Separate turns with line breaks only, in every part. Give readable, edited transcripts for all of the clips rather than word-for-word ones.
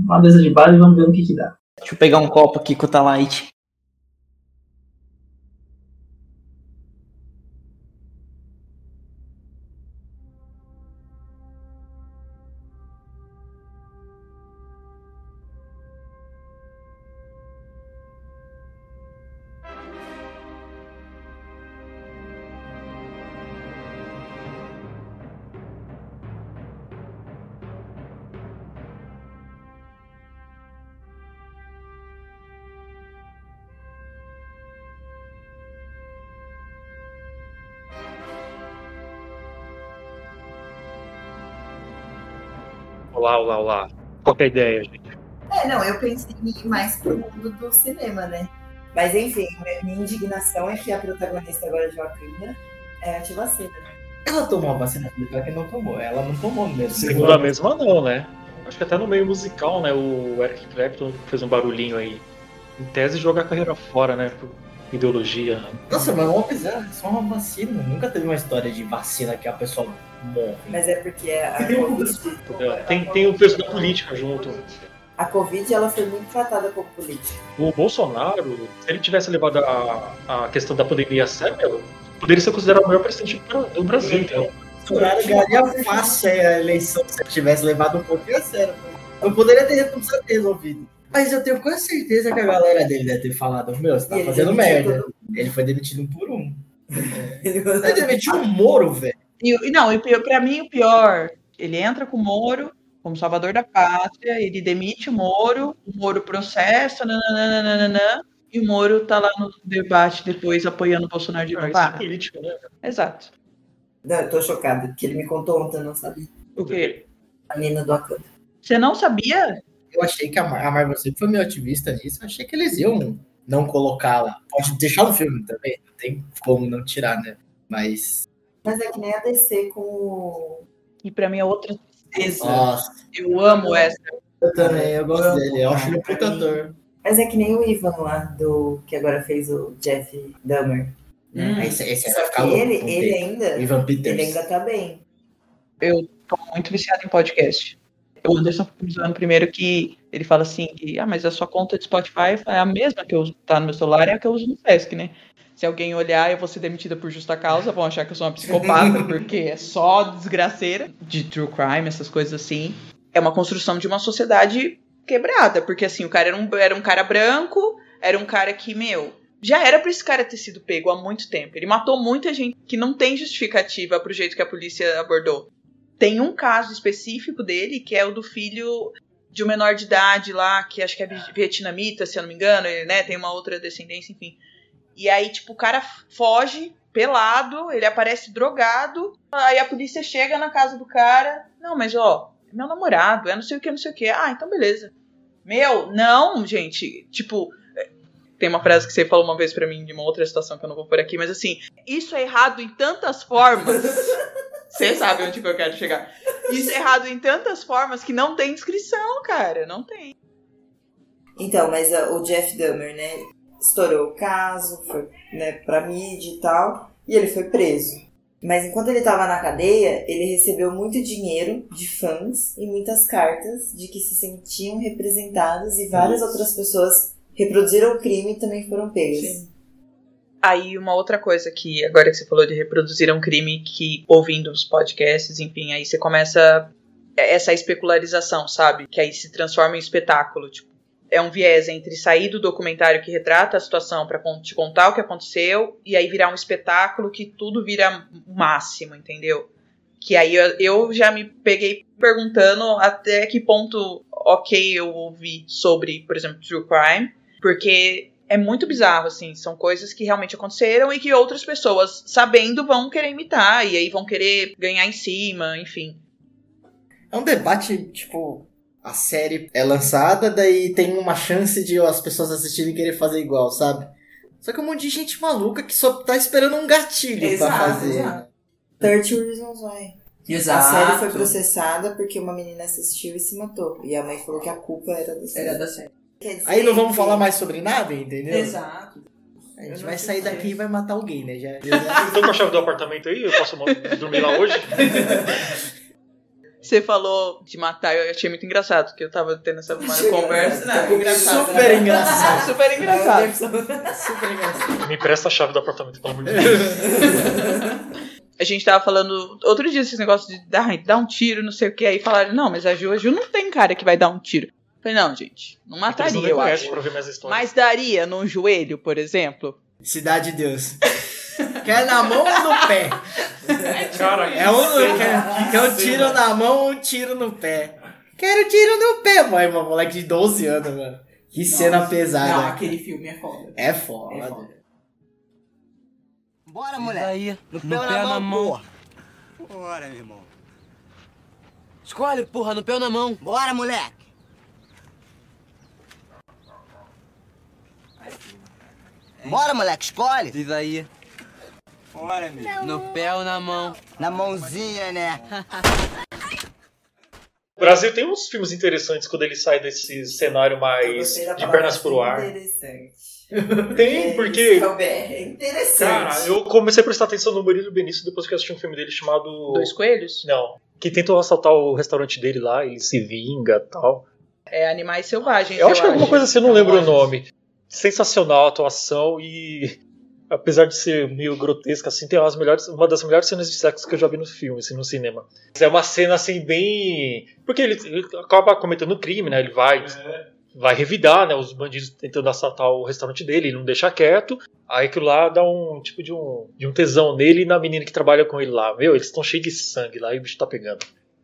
uma mesa de bar e vamos ver no que dá.
Deixa eu pegar um copo aqui com o Talite.
Olá. Qual que é a ideia, gente?
Não, eu pensei em ir mais pro mundo do cinema, né? Mas enfim, minha indignação é que a protagonista agora de Wakanda é antivacina.
Ela tomou a vacina, pior que não tomou. Ela não tomou mesmo.
Segundo a mesma não, né? Acho que até no meio musical, né? O Eric Clapton fez um barulhinho aí. Em tese, jogar a carreira fora, né? Por ideologia.
Nossa, mas vamos pensar, é só uma vacina. Nunca teve uma história de vacina que a pessoa morre.
Mas é porque a Covid...
Tem o peso da política junto.
A Covid, ela foi muito tratada como política.
O Bolsonaro, se ele tivesse levado a questão da pandemia a sério, poderia ser considerado o maior presidente do Brasil, então.
O Bolsonaro ganharia fácil a eleição se ele tivesse levado um pouquinho a sério. Eu poderia ter resolvido. Mas eu tenho quase certeza que a galera dele deve ter falado, meu, você tá fazendo merda. Ele foi demitido um por um. Ele demitiu o Moro, velho.
Pra mim o pior, ele entra com o Moro como salvador da pátria, ele demite o Moro processa, nananana, e o Moro tá lá no debate depois apoiando o Bolsonaro de novo.
Isso é política, né?
Exato.
Não, eu tô chocada, porque ele me contou ontem, eu não sabia.
O quê?
A Nina do Wakanda.
Você não sabia?
Eu achei que a Marvel sempre foi meio ativista nisso, eu achei que eles iam não colocar lá. Pode deixar no filme também, não tem como não tirar, né? Mas
é que nem a DC com o...
E pra mim é outra tristeza.
Nossa.
Eu amo essa.
Eu também, eu gosto dele, eu acho ele um puta ator.
Mas é que nem o Ivan lá, que agora fez o Jeff Dahmer.
Esse
Só que ele ainda...
Ivan Peters.
Ele ainda tá bem.
Eu tô muito viciado em podcast. O Anderson ficou me zoando primeiro que ele fala assim, mas a sua conta de Spotify é a mesma que eu uso, tá no meu celular, é a que eu uso no Sesc, né? Se alguém olhar, eu vou ser demitida por justa causa, vão achar que eu sou uma psicopata, porque é só desgraceira de true crime, essas coisas assim. É uma construção de uma sociedade quebrada, porque assim, o cara era um cara branco, era um cara que, já era pra esse cara ter sido pego há muito tempo. Ele matou muita gente que não tem justificativa pro jeito que a polícia abordou. Tem um caso específico dele, que é o do filho de um menor de idade lá, que acho que é vietnamita, se eu não me engano, ele, né, tem uma outra descendência, enfim. E aí, tipo, o cara foge pelado, ele aparece drogado, aí a polícia chega na casa do cara, não, mas ó, é meu namorado, é não sei o que, então beleza. Não, gente, tipo, tem uma frase que você falou uma vez pra mim de uma outra situação que eu não vou pôr aqui, mas assim, isso é errado em tantas formas... Você sabe onde que eu quero chegar. Isso é errado em tantas formas que não tem inscrição, cara. Não tem.
Então, mas o Jeff Dahmer, né? Estourou o caso, foi, né, pra mídia e tal. E ele foi preso. Mas enquanto ele tava na cadeia, ele recebeu muito dinheiro de fãs e muitas cartas de que se sentiam representadas. E várias outras pessoas reproduziram o crime e também foram pegas. Sim.
Aí uma outra coisa que, agora que você falou de reproduzir um crime, que ouvindo os podcasts, enfim, aí você começa essa especularização, sabe? Que aí se transforma em espetáculo. Tipo, é um viés entre sair do documentário que retrata a situação pra te contar o que aconteceu e aí virar um espetáculo que tudo vira o máximo, entendeu? Que aí eu já me peguei perguntando até que ponto eu ouvi sobre, por exemplo, true crime, porque... É muito bizarro, assim, são coisas que realmente aconteceram e que outras pessoas, sabendo, vão querer imitar, e aí vão querer ganhar em cima, enfim.
É um debate, tipo, a série é lançada, daí tem uma chance de as pessoas assistirem e querer fazer igual, sabe? Só que um monte de gente maluca que só tá esperando um gatilho pra fazer.
Exato. 30 Reasons Why.
Exato.
A série foi processada porque uma menina assistiu e se matou. E a mãe falou que a culpa era da série.
Era da série.
Aí não vamos falar mais sobre nada, entendeu?
Exato.
A gente vai sair daqui e vai matar alguém, né?
Então com a chave do apartamento aí, eu posso dormir lá hoje?
Você falou de matar, eu achei muito engraçado, porque eu tava tendo essa uma conversa. Não, engraçado.
Super engraçado.
Super engraçado.
Super engraçado.
Me empresta a chave do apartamento, pelo amor de Deus.
A gente tava falando outro dia esse negócio de dar um tiro, não sei o que. Aí falaram, não, mas a Ju não tem cara que vai dar um tiro. Eu falei, não, gente, não mataria,
Eles não
eu
conhecem
acho.
pra ver minhas histórias.
Mas daria num joelho, por exemplo?
Cidade de Deus. Quer na mão ou no pé?
Cara,
Quer um tiro na mão ou um tiro no pé? Quero tiro no pé, mãe. Meu moleque de 12 anos, mano. Que cena pesada.
Não, aquele filme é foda.
É foda.
Bora, moleque.
Aí,
No pé ou na mão, porra.
Bora, meu irmão. Escolhe, porra, no pé ou na mão.
Bora, moleque. Bora, moleque, escolhe.
Diz aí. Bora, meu. No pé ou na mão.
Na mãozinha, né?
O Brasil tem uns filmes interessantes quando ele sai desse cenário mais de pernas pro ar.
Interessante.
Tem, porque...
É interessante.
Cara, eu comecei a prestar atenção no Murilo Benício depois que eu assisti um filme dele chamado...
Dois Coelhos?
Não. Que tentam assaltar o restaurante dele lá, ele se vinga e tal.
É Animais Selvagens,
Eu acho que é alguma coisa assim, eu não lembro o nome. Sensacional a atuação e... Apesar de ser meio grotesca, assim, tem uma das melhores cenas de sexo que eu já vi no filme, assim, no cinema. É uma cena, assim, bem... Porque ele acaba cometendo crime, né? Ele vai revidar, né? Os bandidos tentando assaltar o restaurante dele, ele não deixa quieto. Aí aquilo lá dá um tipo de um tesão nele e na menina que trabalha com ele lá. Meu, eles estão cheios de sangue lá e o bicho tá pegando.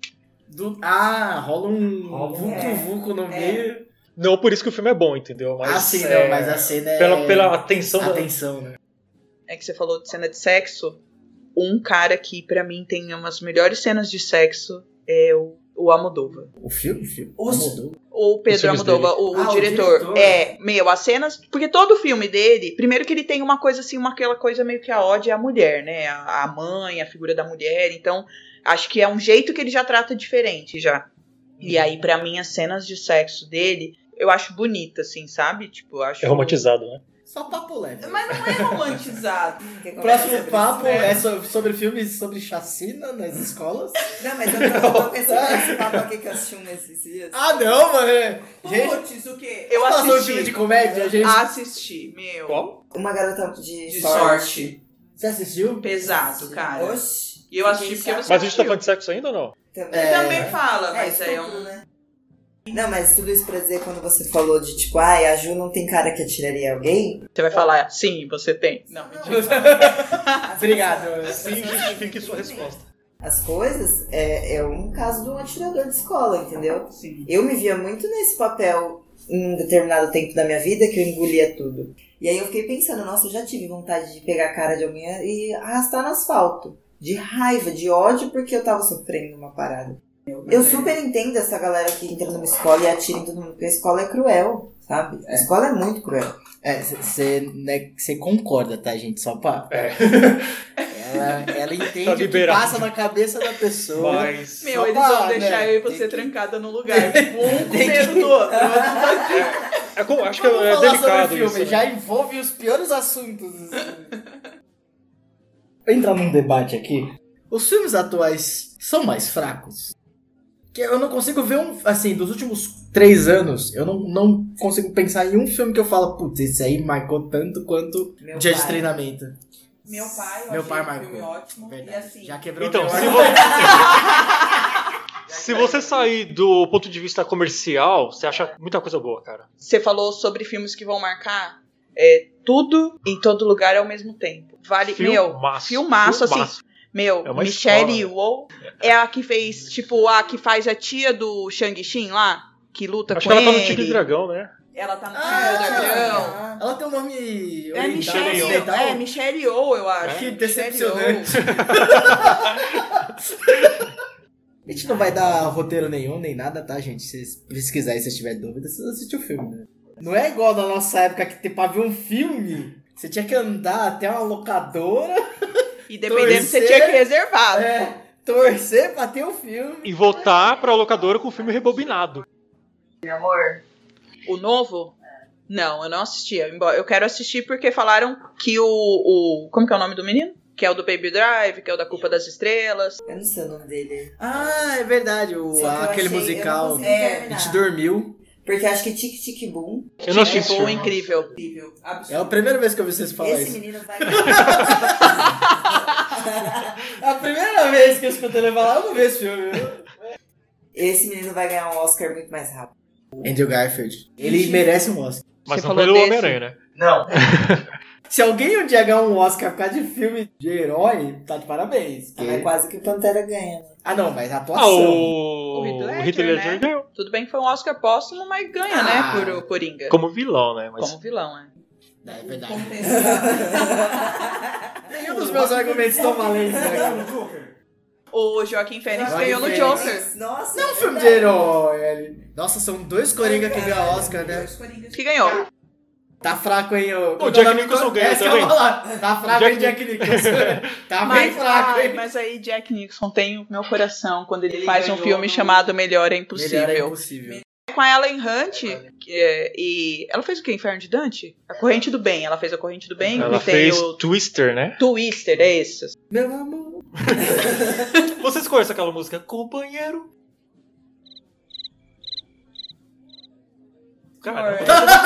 Rola um vulco-vulco no meio.
Não por isso que o filme é bom, entendeu? Mas,
sim, não, mas a cena é...
Pela atenção
né?
É que você falou de cena de sexo. Um cara que pra mim tem umas melhores cenas de sexo é o Almodóvar.
O filme?
O Pedro Almodóvar, o diretor. As cenas... Porque todo filme dele, primeiro que ele tem uma coisa assim, aquela coisa meio que a ode à mulher, né? A mãe, a figura da mulher. Então, acho que é um jeito que ele já trata diferente, já. E aí, pra mim, as cenas de sexo dele, eu acho bonita, assim, sabe? Tipo, eu acho...
É romantizado, né?
Só papo leve.
Mas não é romantizado.
O próximo papo é sobre filmes sobre chacina nas escolas.
Não, mas eu tô com esse papo aqui que eu assisti nesses dias.
Ah, não, mano.
Putz, o quê? Eu
assisti. Um
assisti.
filme de comédia, gente.
Assisti, meu.
Qual?
Uma garota de
sorte.
Você assistiu?
Pesado, cara.
Oxi.
E eu assisti porque você
Mas a gente tá falando de sexo ainda ou não?
Também fala, mas aí é um...
né? Não, mas tudo isso pra dizer, quando você falou de tipo, a Ju não tem cara que atiraria alguém.
Você vai falar, sim, você tem. Não,
Obrigado.
Sim, justifique sua resposta.
As coisas é um caso de um atirador de escola, entendeu?
Sim.
Eu me via muito nesse papel em um determinado tempo da minha vida que eu engolia tudo. E aí eu fiquei pensando, nossa, eu já tive vontade de pegar a cara de alguém e arrastar no asfalto. De raiva, de ódio, porque eu tava sofrendo uma parada. Eu super entendo essa galera que entra numa escola e atira em todo mundo, porque a escola é cruel, sabe? A escola é muito cruel.
Você concorda, tá, gente? Só pra... Ela entende
Tá
o que
liberado.
passa na cabeça da pessoa.
Mas...
Meu, eles vão deixar eu e você trancada no lugar. Um com medo do outro.
Acho que
Vamos
é
falar
delicado
sobre o filme,
isso, né?
já envolve os piores assuntos. Vou entrar num debate aqui. Os filmes atuais são mais fracos? Que eu não consigo ver dos últimos 3 anos, eu não consigo pensar em um filme que eu falo, putz, esse aí marcou tanto quanto
Meu
Dia
pai.
de Treinamento.
Meu pai, eu
Meu
achei
pai
o
marcou.
filme ótimo.
Verdade.
E assim...
Já quebrou
Então,
o
se você sair do ponto de vista comercial, você acha muita coisa boa, cara.
Você falou sobre filmes que vão marcar tudo em todo lugar ao mesmo tempo. Vale, filmaço, assim. Meu,
É uma
Michelle
escola.
Yeoh é a que fez, tipo, a que faz a tia do Shang-Chi lá, que luta
Acho
com
que ela
ele.
tá no Tigre e Dragão, né?
Ela tá no Tigre do Dragão.
Ela tem um nome
É Michelle Yeoh.
ocidental.
É Michelle Yeoh, eu acho.
Que
Michelle
decepcionante.
Yeoh.
A gente não vai dar roteiro nenhum, nem nada, tá, gente? Se vocês pesquisarem, se tiver dúvida, vocês assistem o filme, né? Não é igual na nossa época que pra ver um filme, você tinha que andar até uma locadora.
E dependendo, você tinha que reservar.
Torcer pra ter o filme.
E voltar pra locadora com o filme rebobinado.
Meu amor.
O novo? Não, eu não assisti. Eu quero assistir porque falaram que o como que é o nome do menino? Que é o do Baby Drive, que é o da Culpa das Estrelas.
Eu não sei o nome dele.
Ah, é verdade.
Só que eu
Aquele
achei-
musical.
eu não consegui
A
terminar.
gente dormiu.
Porque eu acho que Tic Tic Boom
Eu não assisti esse
Tipo,
filme.
incrível.
É a primeira vez que eu vi vocês falar
Esse
isso.
menino vai...
É a primeira vez que eu escutei ele falar, eu não vi esse filme.
Esse menino vai ganhar um Oscar muito mais rápido.
Andrew Garfield. Ele merece um Oscar.
Mas
Você
não
falou
pelo
desse?
Homem-Aranha, né?
Não.
Se alguém um dia ganhar um Oscar por causa de filme de herói, tá de parabéns.
Ah, mas quase que o Pantera ganha, né?
Ah, não, mas a
Ah,
atuação.
O Heath Ledger, né?
ganhou.
Tudo bem que foi um Oscar póstumo, mas ganha, né? Por o Coringa.
Como vilão, né? Mas
Como vilão, né?
É verdade. Nenhum dos meus argumentos estão valendo, né?
O Joaquin Phoenix
Joaquin
ganhou no
Phoenix.
Joker.
Nossa,
Não é um filme de herói. Nossa, são dois Coringa que ganham Oscar, né?
Que ganhou.
Tá fraco, hein?
O Jack Nicholson ganhou
isso que eu
também.
vou falar. Tá fraco, hein, Jack Nicholson? Tá bem fraco, hein?
Mas aí Jack Nicholson tem o meu coração quando ele faz um filme chamado Melhor é Impossível.
Melhor é impossível.
Com a Ellen Hunt, e ela fez o quê? Inferno de Dante? A Corrente do Bem. Ela fez a Corrente do Bem.
ela
e tem
fez
o
Twister, né?
Twister, é esse.
Meu amor.
Vocês conhecem aquela música Companheiro? Cara,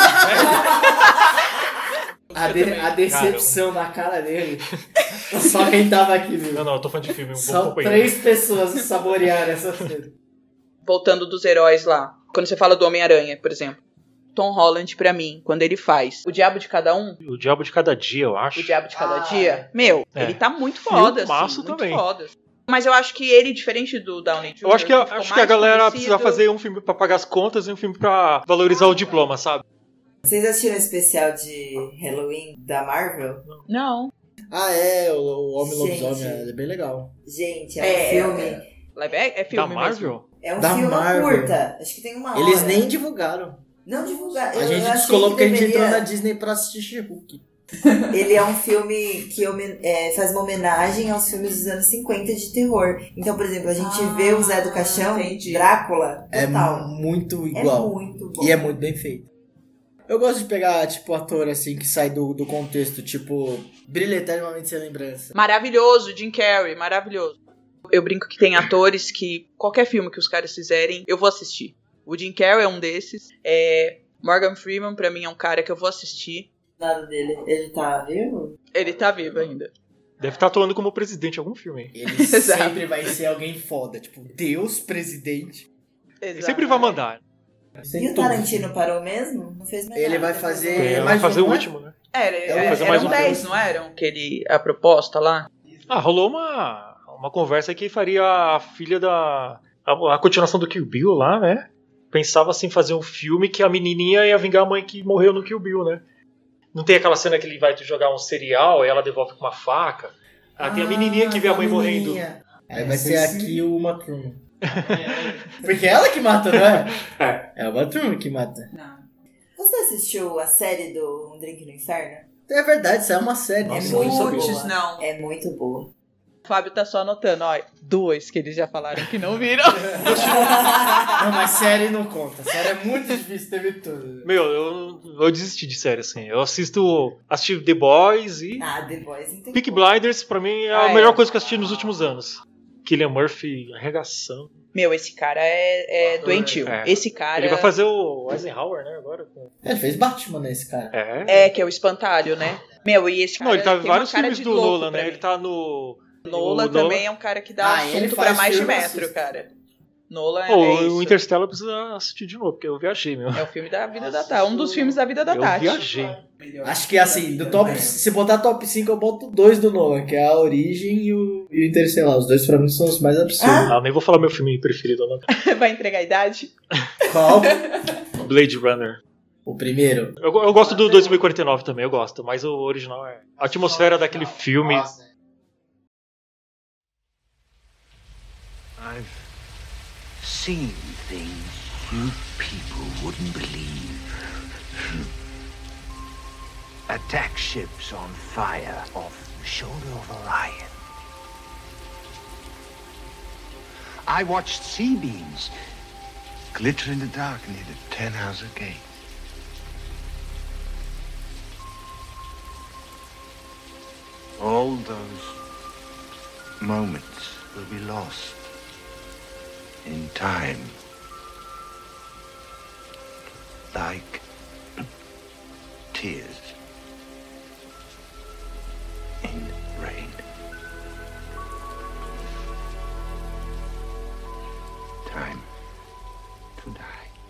A decepção na cara dele. Só quem tava aqui, viu?
não, eu tô fã de filme. Um bom
Só
companheiro.
3 pessoas saborearam essa cena.
Voltando dos heróis lá. Quando você fala do Homem-Aranha, por exemplo. Tom Holland, pra mim, quando ele faz O Diabo de Cada Um,
O Diabo de Cada Dia, eu acho.
O Diabo de Cada Dia, meu,
É.
ele tá muito foda,
Filmaço
assim, muito
também.
foda. Mas eu acho que ele, diferente do Downey Jr.,
Eu acho que,
ficou
acho que
mais
a galera
conhecido.
precisa fazer um filme pra pagar as contas e um filme pra valorizar o diploma, sabe?
Vocês assistiram o especial de Halloween da Marvel?
Não.
Ah, é. O Homem
Gente.
Lobisomem. É bem legal.
Gente, é um filme...
É filme
Da Marvel?
É um
Da
filme
Marvel.
curta. Acho que tem uma hora.
Eles nem divulgaram.
Não divulgaram.
A
Eu
gente
achei
descolou
que
porque a gente
deveria-
entrou na Disney pra assistir She-Hulk.
Ele é um filme que faz uma homenagem aos filmes dos anos 50 de terror. Então, por exemplo, a gente vê o Zé do Caixão,
entendi.
Drácula,
É
total.
muito
É
igual.
muito bom.
E é muito bem feito. Eu gosto de pegar, tipo, ator, assim, que sai do contexto. Tipo, brilha eternamente sem lembrança.
Maravilhoso, Jim Carrey, maravilhoso. Eu brinco que tem atores que qualquer filme que os caras fizerem, eu vou assistir. O Jim Carrey é um desses. Morgan Freeman, pra mim, é um cara que eu vou assistir.
Nada dele. Ele tá vivo?
Ele tá vivo ainda.
Deve estar atuando como presidente em algum filme. Hein?
Ele
Exato.
sempre vai ser alguém foda. Tipo, Deus, presidente.
Ele sempre vai mandar.
E o Tarantino parou mesmo? Não fez mais
Ele
nada.
vai fazer-
Ele vai
mais
fazer
um,
o
né?
último, né?
Era,
fazer mais
eram
um
10,
filme.
não eram? A proposta lá?
Ah, rolou uma conversa que faria a filha a continuação do Kill Bill lá, né? Pensava assim fazer um filme que a menininha ia vingar a mãe que morreu no Kill Bill, né? Não tem aquela cena que ele vai jogar um cereal e ela devolve com uma faca? Tem a menininha que vê a mãe morrendo.
Aí vai ser aqui o Uma Thurman. Porque é ela que mata, não é? É uma Thurman que mata.
Não. Você assistiu a série do Um Drink no Inferno?
É verdade, isso é uma série.
Nossa,
é
eu não
muito
sabia.
boa.
não.
É muito boa.
O Fábio tá só anotando, ó. 2 que eles já falaram que não viram.
Não, mas série não conta. Série é muito difícil ter visto tudo.
Meu, eu desisti de série, assim. Eu assisti The Boys e
The Boys não tem
Peaky
como.
Blinders, pra mim, é a
Ah,
melhor
é.
coisa que eu assisti nos últimos anos. Cillian Murphy arregaçando.
Meu, esse cara é doentio.
É.
Esse cara...
Ele vai fazer o Eisenhower, né, agora.
Ele fez Batman, né, esse cara.
que é o espantalho, né? Meu, e esse cara
Não, ele tá em
tem uma
vários
cara
filmes
de
do
louco
Nolan,
pra
né?
mim.
Ele tá no...
Nolan também é um cara que dá
ele
assunto
faz
pra mais de
filme,
metro,
assista.
cara. Nolan
Pô,
é
o
isso.
Interstellar precisa assistir de novo, porque eu viajei, meu.
É o filme da vida da Tati. Um dos filmes da vida da
Eu
Tati.
viajei.
Acho que assim, do top, se botar top 5, eu boto 2 do Nolan, que é A Origem e o Interstellar. Os dois pra mim são os mais absurdos.
Ah, nem vou falar meu filme preferido, não.
Vai entregar a idade?
Qual?
Blade Runner.
O primeiro.
Eu gosto do 2049 também, eu gosto, mas o original é... A atmosfera daquele filme...
I've seen things you people wouldn't believe. Attack ships on fire off the shoulder of Orion. I watched sea beams glitter in the dark near the Tannhauser Gate. All those moments will be lost in time. Like tears in rain. Time to die.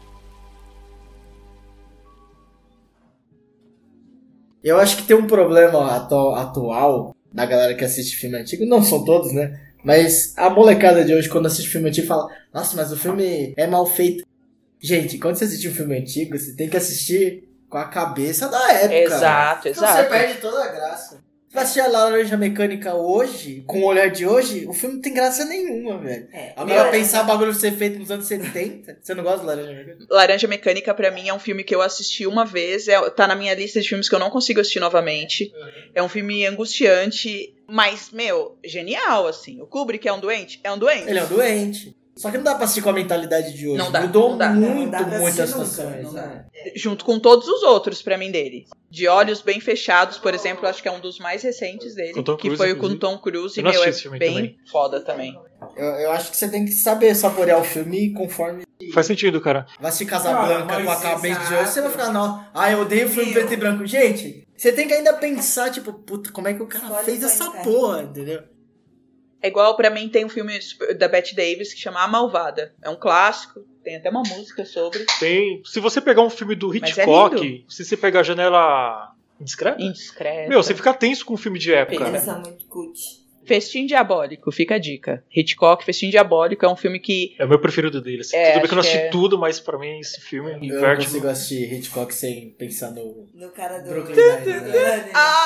Eu acho que tem um problema atual da galera que assiste filme antigo. Não são todos, né? Mas a molecada de hoje, quando assiste filme antigo, fala: nossa, mas o filme é mal feito. Gente, quando você assiste um filme antigo, você tem que assistir com a cabeça da época.
Exato,
Então
exato.
você perde toda a graça. Se você assistir a Laranja Mecânica hoje, com o olhar de hoje, o filme não tem graça nenhuma, velho. Agora pensar o bagulho ser feito nos anos 70, você não gosta de Laranja Mecânica?
Laranja Mecânica, pra mim, é um filme que eu assisti uma vez, tá na minha lista de filmes que eu não consigo assistir novamente. É um filme angustiante, mas, genial, assim. O Kubrick é um doente? É um doente.
Ele é um doente. Só que não dá pra assistir com a mentalidade de hoje.
Não dá,
Mudou
não dá.
muito
Não dá pra
as
assistir
situações.
nunca, né?
Junto com todos os outros, pra mim, dele. De Olhos Bem Fechados, por exemplo, acho que é um dos mais recentes dele.
Com Tom
que
Cruise,
foi o
inclusive.
com Tom Cruise.
Eu não
E,
assisti esse filme
bem
também.
foda também.
Eu acho que você tem que saber saborear o filme conforme
Faz sentido, cara.
vai assistir Casablanca
mas
com a cabeça de
exato.
hoje. Você vai ficar, não, eu odeio filme preto e branco. Gente, você tem que ainda pensar, tipo, puta, como é que o cara
Escolhe
fez
sua
essa
internet.
porra, entendeu?
É igual, pra mim, tem um filme da Bette Davis que chama A Malvada. É um clássico, tem até uma música sobre.
Se você pegar um filme do
Mas é
Hitchcock, se você pegar a Janela Indiscreta,
Indiscreta.
você fica tenso com um filme de época.
Eles são muito cult.
Festim Diabólico, fica a dica. Hitchcock, Festim Diabólico é um filme que...
É o meu preferido dele. Assim.
É,
Tudo bem que eu não
acho que
assisti
é-
tudo, mas pra mim esse filme
Eu não
inverte.
consigo assistir Hitchcock sem pensar no
No cara do
Brooklyn Nine-Nine.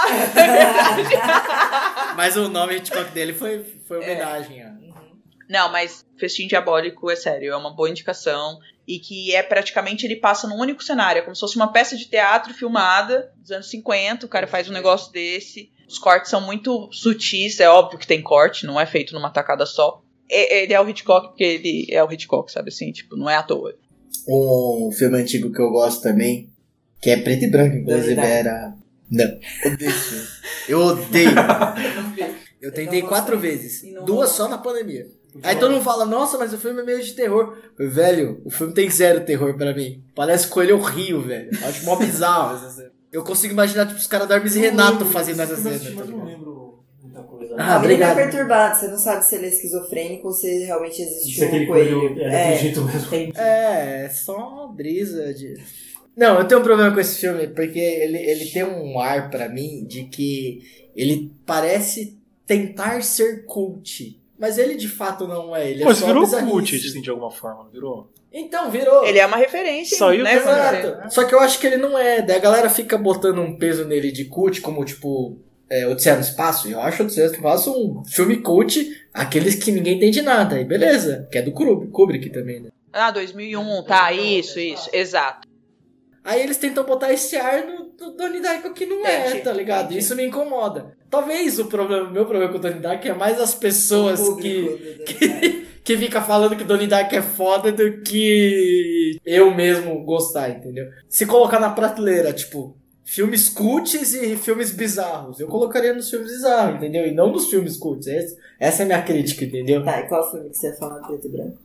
Ah!
Mas o nome Hitchcock dele foi homenagem. Ó.
Não, mas Festim Diabólico, é sério, é uma boa indicação. E que é praticamente, ele passa num único cenário. É como se fosse uma peça de teatro filmada dos anos 50. O cara faz um negócio desse. Os cortes são muito sutis. É óbvio que tem corte, não é feito numa tacada só. Ele é o Hitchcock porque ele é o Hitchcock, sabe assim? Tipo, não é à toa.
Um filme antigo que eu gosto também, que é preto e branco, inclusive, era... Não, odeio esse filme. Eu odeio. Eu tentei 4 vezes. 2 só na pandemia. Aí todo mundo fala, nossa, mas o filme é meio de terror. Eu, velho, o filme tem 0 terror pra mim. Parece Coelho Rio, velho. Eu acho mó bizarro essa cena. Eu consigo imaginar, tipo, os caras da Hermes e Renato fazendo essa cena. tá
Mas não
ligado?
lembro muita coisa.
Ah,
A menina é
obrigado.
perturbada, você não sabe se ele é esquizofrênico ou se realmente existe
Se aquele
um coelho.
coelho é daquele jeito mesmo.
É só uma brisa de... Não, eu tenho um problema com esse filme, porque ele tem um ar pra mim de que ele parece tentar ser cult. Mas ele de fato não é, ele é
Mas
só
virou
bizarrice.
cult, assim, de alguma forma, não virou?
Então, virou.
Ele é uma referência,
Saiu
né?
também.
vamos dizer.
Exato. Só que eu acho que ele não é. Daí a galera fica botando um peso nele de cult, como tipo Odisseia no Espaço. Eu acho Odisseia no Espaço um filme cult, aqueles que ninguém entende nada. E beleza, que é do Kubrick também, né?
Ah, 2001, tá, isso, exato.
Aí eles tentam botar esse ar no Donnie Darko que não é,
Entendi,
tá ligado?
entendi.
Isso me incomoda. Talvez meu problema com o Donnie Darko é mais as pessoas que fica falando que o Donnie Darko é foda do que eu mesmo gostar, entendeu? Se colocar na prateleira, tipo, filmes cults e filmes bizarros, eu colocaria nos filmes bizarros, entendeu? E não nos filmes cults. Essa é a minha crítica, entendeu?
Tá, e qual filme que você ia falar preto e branco?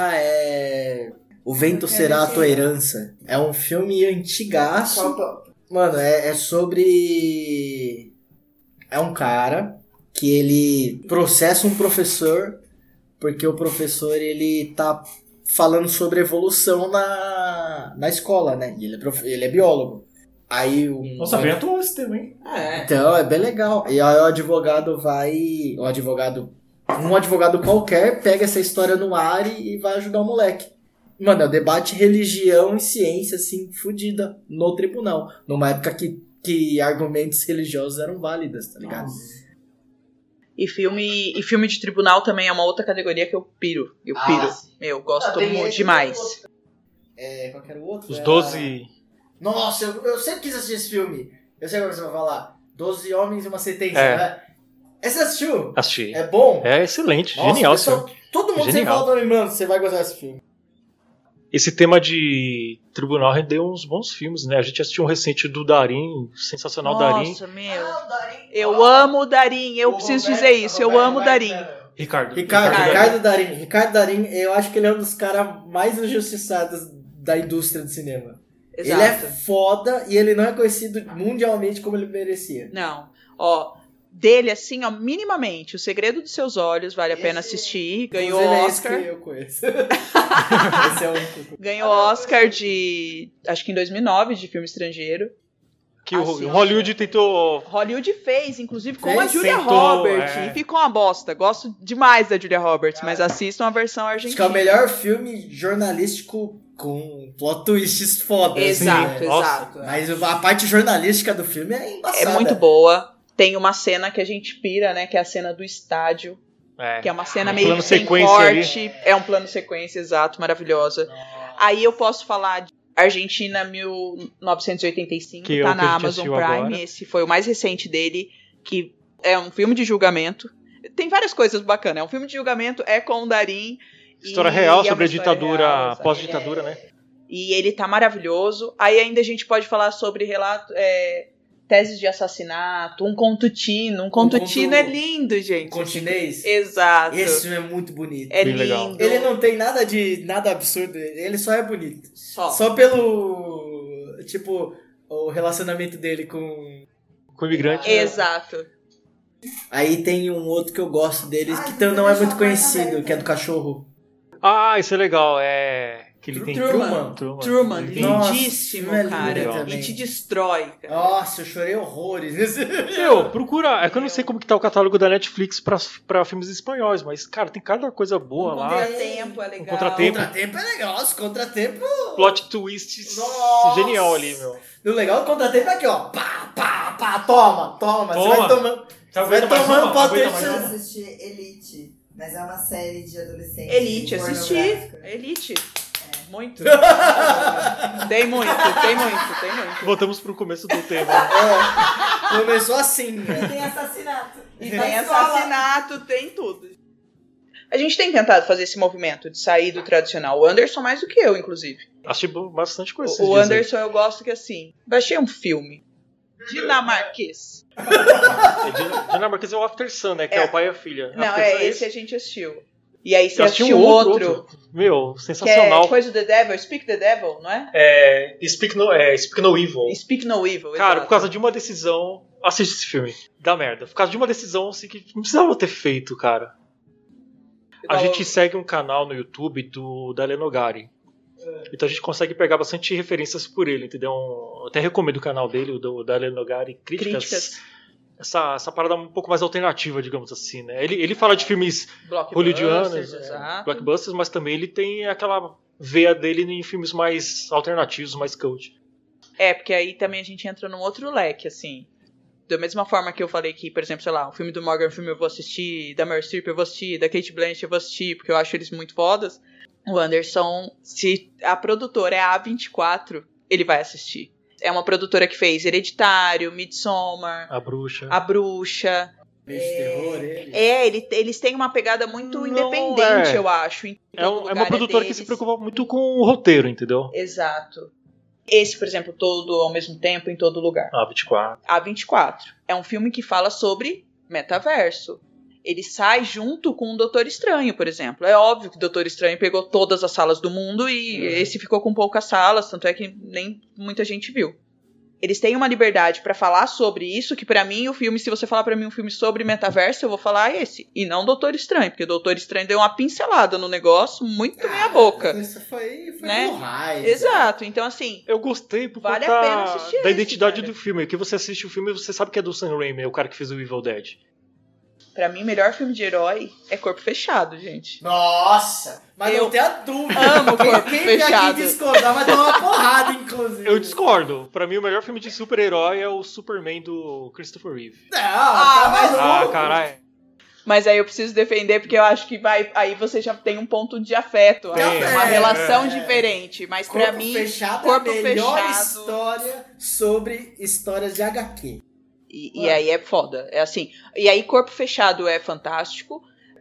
O Vento Será a Tua Herança. É um filme antigaço. Mano, é sobre... É um cara que ele processa um professor porque o professor, ele tá falando sobre evolução na escola, né? E ele é biólogo. Aí
Nossa, bem atual esse tema, hein?
Então, é bem legal. E aí o advogado um advogado qualquer pega essa história no ar e vai ajudar o moleque. Mano, é o debate religião e ciência, assim, fudida no tribunal. Numa época que argumentos religiosos eram válidos, tá ligado?
E filme de tribunal também é uma outra categoria que eu piro. Eu gosto demais.
Qual que era o outro?
Os 12...
Nossa, eu sempre quis assistir esse filme. Eu sei agora que você vai falar. 12 Homens e uma Sentença,
É.
né? Você assistiu?
Assisti.
É bom?
É excelente,
Nossa,
genial,
pessoal,
senhor.
todo mundo sempre
Genial.
fala pra mim, mano, você vai gostar desse filme.
Esse tema de tribunal rendeu uns bons filmes, né? A gente assistiu um recente do Darim, sensacional Darim.
Nossa, meu. Eu amo o Darim, eu preciso dizer isso, eu amo o Darim.
Ricardo
Darim. Ricardo Darim, eu acho que ele é um dos caras mais injustiçados da indústria do cinema.
Exato.
Ele é foda e ele não é conhecido mundialmente como ele merecia.
Não, ó... Dele, assim, ó, minimamente, O Segredo dos Seus Olhos, vale a pena assistir. Ganhou Oscar.
Esse que eu conheço. Esse é o único.
Ganhou Oscar de, acho que em 2009, de filme estrangeiro.
Que o Hollywood tentou...
Hollywood fez, inclusive, com a Julia Roberts. E ficou uma bosta. Gosto demais da Julia Roberts, mas assistam a versão argentina.
Acho que é o melhor filme jornalístico com plot twists foda.
Exato,
assim, né?
exato.
Mas a parte jornalística do filme é embaçada.
É muito boa. Tem uma cena que a gente pira, né? Que é a cena do estádio. Que é uma cena meio que sem corte. Ali. É um plano sequência, exato, maravilhosa. Aí eu posso falar de Argentina 1985, que tá na Amazon Prime. Agora. Esse foi o mais recente dele, que é um filme de julgamento. Tem várias coisas bacanas. É um filme de julgamento, é com o Darim.
História real sobre a ditadura, pós-ditadura, né?
E ele tá maravilhoso. Aí ainda a gente pode falar sobre teses de assassinato, Um Conto Tino. Um Conto Tino é lindo, gente.
Um conto chinês?
Exato.
Esse filme é muito bonito.
É lindo. Legal.
Ele não tem nada absurdo, ele só é bonito.
Só
pelo, tipo, o relacionamento dele com
o imigrante.
Exato.
Aí tem um outro que eu gosto dele, que não é muito conhecido, que é do cachorro.
Ah, isso é legal, que ele
Truman, lindíssimo,
nossa,
cara. E te destrói, cara.
Nossa, eu chorei horrores.
Procura. É que eu não sei como que tá o catálogo da Netflix pra filmes espanhóis, mas, cara, tem cada coisa boa lá.
Contratempo é legal.
Contratempo é legal. Nossa, Contratempo...
Plot twist genial ali, meu.
O legal do Contratempo é aqui, ó. Pá, toma. Você vai tomando...
Pode ter que assistir Elite. Mas é uma série de adolescentes.
Elite, assisti. Elite. Muito. Tem muito.
Voltamos pro começo do tema.
Começou assim,
né? E tem assassinato.
Tem tudo. A gente tem tentado fazer esse movimento de sair do tradicional. O Anderson mais do que eu, inclusive.
Achei bastante coisa.
O Anderson, eu gosto que assim... Baixei um filme dinamarquês.
Dinamarquês é o After Sun, né? Que é o pai e a filha.
Não, esse a gente assistiu. E aí você assistiu outro.
Meu, sensacional.
Que é coisa do The Devil, Speak the Devil, não é?
Speak no Evil.
Speak no Evil,
cara,
exato.
por causa de uma decisão... Assiste esse filme. Dá merda. Por causa de uma decisão assim, que não precisava ter feito, cara. A gente segue um canal no YouTube do Dario Nogari. Então a gente consegue pegar bastante referências por ele, entendeu? Eu até recomendo o canal dele, o do Dario Nogari, Críticas. Essa parada um pouco mais alternativa, digamos assim, né? Ele fala de filmes hollywoodianos, blockbusters, mas também ele tem aquela veia dele em filmes mais alternativos, mais cult.
Porque aí também a gente entra num outro leque, assim. Da mesma forma que eu falei que, por exemplo, sei lá, o filme do Morgan Freeman eu vou assistir, da Meryl Streep eu vou assistir, da Cate Blanchett eu vou assistir, porque eu acho eles muito fodas. O Anderson, se a produtora é a A24, ele vai assistir. É uma produtora que fez Hereditário, Midsommar,
A Bruxa.
Terror,
eles têm uma pegada muito independente, eu acho.
É uma produtora que se preocupa muito com o roteiro, entendeu?
Exato. Esse, por exemplo, Todo ao Mesmo Tempo, em Todo Lugar. A24. É um filme que fala sobre metaverso. Ele sai junto com o Doutor Estranho, por exemplo. É óbvio que o Doutor Estranho pegou todas as salas do mundo e esse ficou com poucas salas, tanto é que nem muita gente viu. Eles têm uma liberdade pra falar sobre isso, que pra mim o filme, se você falar pra mim um filme sobre metaverso, eu vou falar esse. E não Doutor Estranho, porque o Doutor Estranho deu uma pincelada no negócio muito meia boca.
Isso foi
né?
no raio.
Exato, então assim...
Eu gostei por
vale
conta
a pena assistir
da identidade do filme. Que você assiste o filme e você sabe que é do Sam Raimi, o cara que fez o Evil Dead.
Pra mim, o melhor filme de herói é Corpo Fechado, gente.
Nossa! Mas
eu
não tenho a dúvida.
Amo Corpo
Quem
Fechado.
Quem aqui discordar vai tomar uma porrada, inclusive.
Eu discordo. Pra mim, o melhor filme de super-herói é o Superman do Christopher Reeve.
Não, tá
caralho.
Mas aí eu preciso defender, porque eu acho que aí você já tem um ponto de afeto. Uma relação diferente. Mas pra mim,
Corpo Fechado é a melhor história sobre histórias de HQ.
E aí é foda. É assim. E aí Corpo Fechado é fantástico.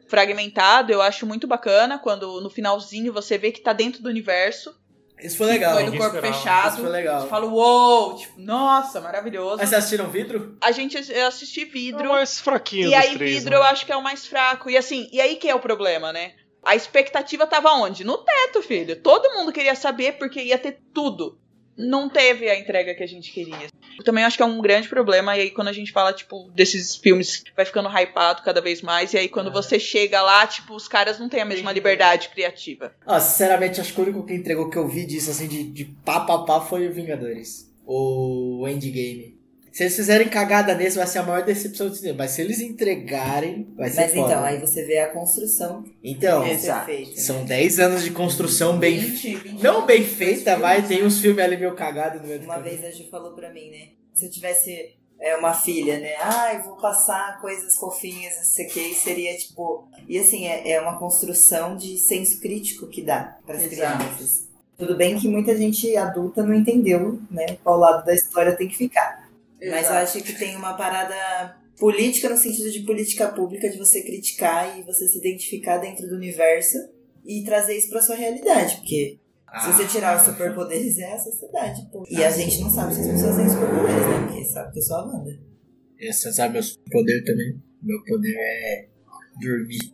fragmentado, eu acho muito bacana quando no finalzinho você vê que tá dentro do universo.
Isso foi legal.
Foi do corpo fechado.
Isso foi legal.
Você fala, uou, tipo, nossa, maravilhoso.
Mas vocês assistiram Vidro?
Eu assisti Vidro.
É o mais fraquinho
E
dos
aí
três,
Vidro
né?
eu acho que é o mais fraco. E assim, e aí que é o problema, né? A expectativa tava onde? No teto, filho. Todo mundo queria saber porque ia ter tudo. Não teve a entrega que a gente queria. Eu também acho que é um grande problema. E aí quando a gente fala, tipo, desses filmes, vai ficando hypado cada vez mais. E aí quando você chega lá, tipo, os caras não têm a mesma liberdade criativa.
Sinceramente, acho que o único que entregou que eu vi disso, assim, de pá foi o Vingadores. O Endgame. Se eles fizerem cagada nesse, vai ser a maior decepção do cinema. Mas se eles entregarem, vai ser foda.
Então, aí você vê a construção.
Então, são 10 anos de construção bem...
20
não bem feita, vai. Tem uns filmes ali meio cagados no meio do
Uma
caminho.
vez a Ju falou pra mim, né? Se eu tivesse uma filha, né? Eu vou passar coisas fofinhas, não sei o que, seria tipo... E assim, é uma construção de senso crítico que dá pras crianças. Tudo bem que muita gente adulta não entendeu, né? Qual lado da história tem que ficar. Mas eu acho que tem uma parada política no sentido de política pública, de você criticar e você se identificar dentro do universo e trazer isso pra sua realidade, porque se você tirar os superpoderes é a sociedade, pô. E a gente não sabe se as pessoas têm superpoderes, né? Porque sabe que eu sou a Wanda.
Você sabe meu poder também? Meu poder é dormir.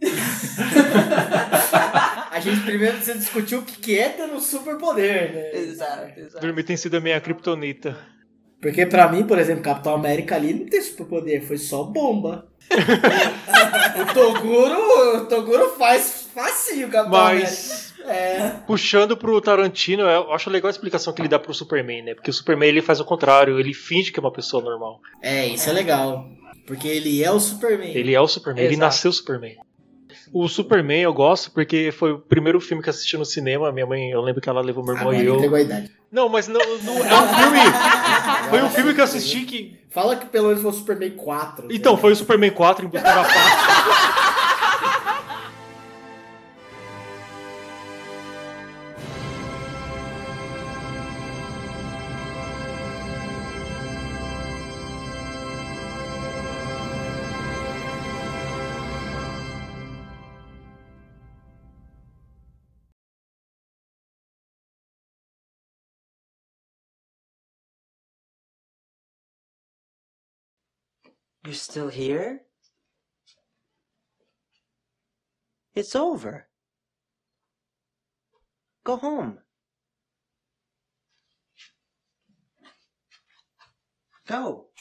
A gente primeiro precisa discutir o que é ter um superpoder, né?
Exato.
Dormir tem sido a minha criptonita.
Porque pra mim, por exemplo, Capitão América ali não tem superpoder, foi só bomba. O Toguro faz facinho o Capitão América.
Puxando pro Tarantino, eu acho legal a explicação que ele dá pro Superman, né? Porque o Superman ele faz o contrário, ele finge que é uma pessoa normal.
Isso é legal. Porque ele é o Superman.
Ele é o Superman, ele nasceu Superman. O Superman eu gosto porque foi o primeiro filme que eu assisti no cinema. Minha mãe, eu lembro que ela levou meu irmão e eu.
Entregou a idade.
Não, mas não é um filme. Foi um filme que eu assisti que.
Fala que pelo menos foi o Superman 4.
Então, foi o Superman 4 em Busca da Paz.
You're still here? It's over. Go home. Go.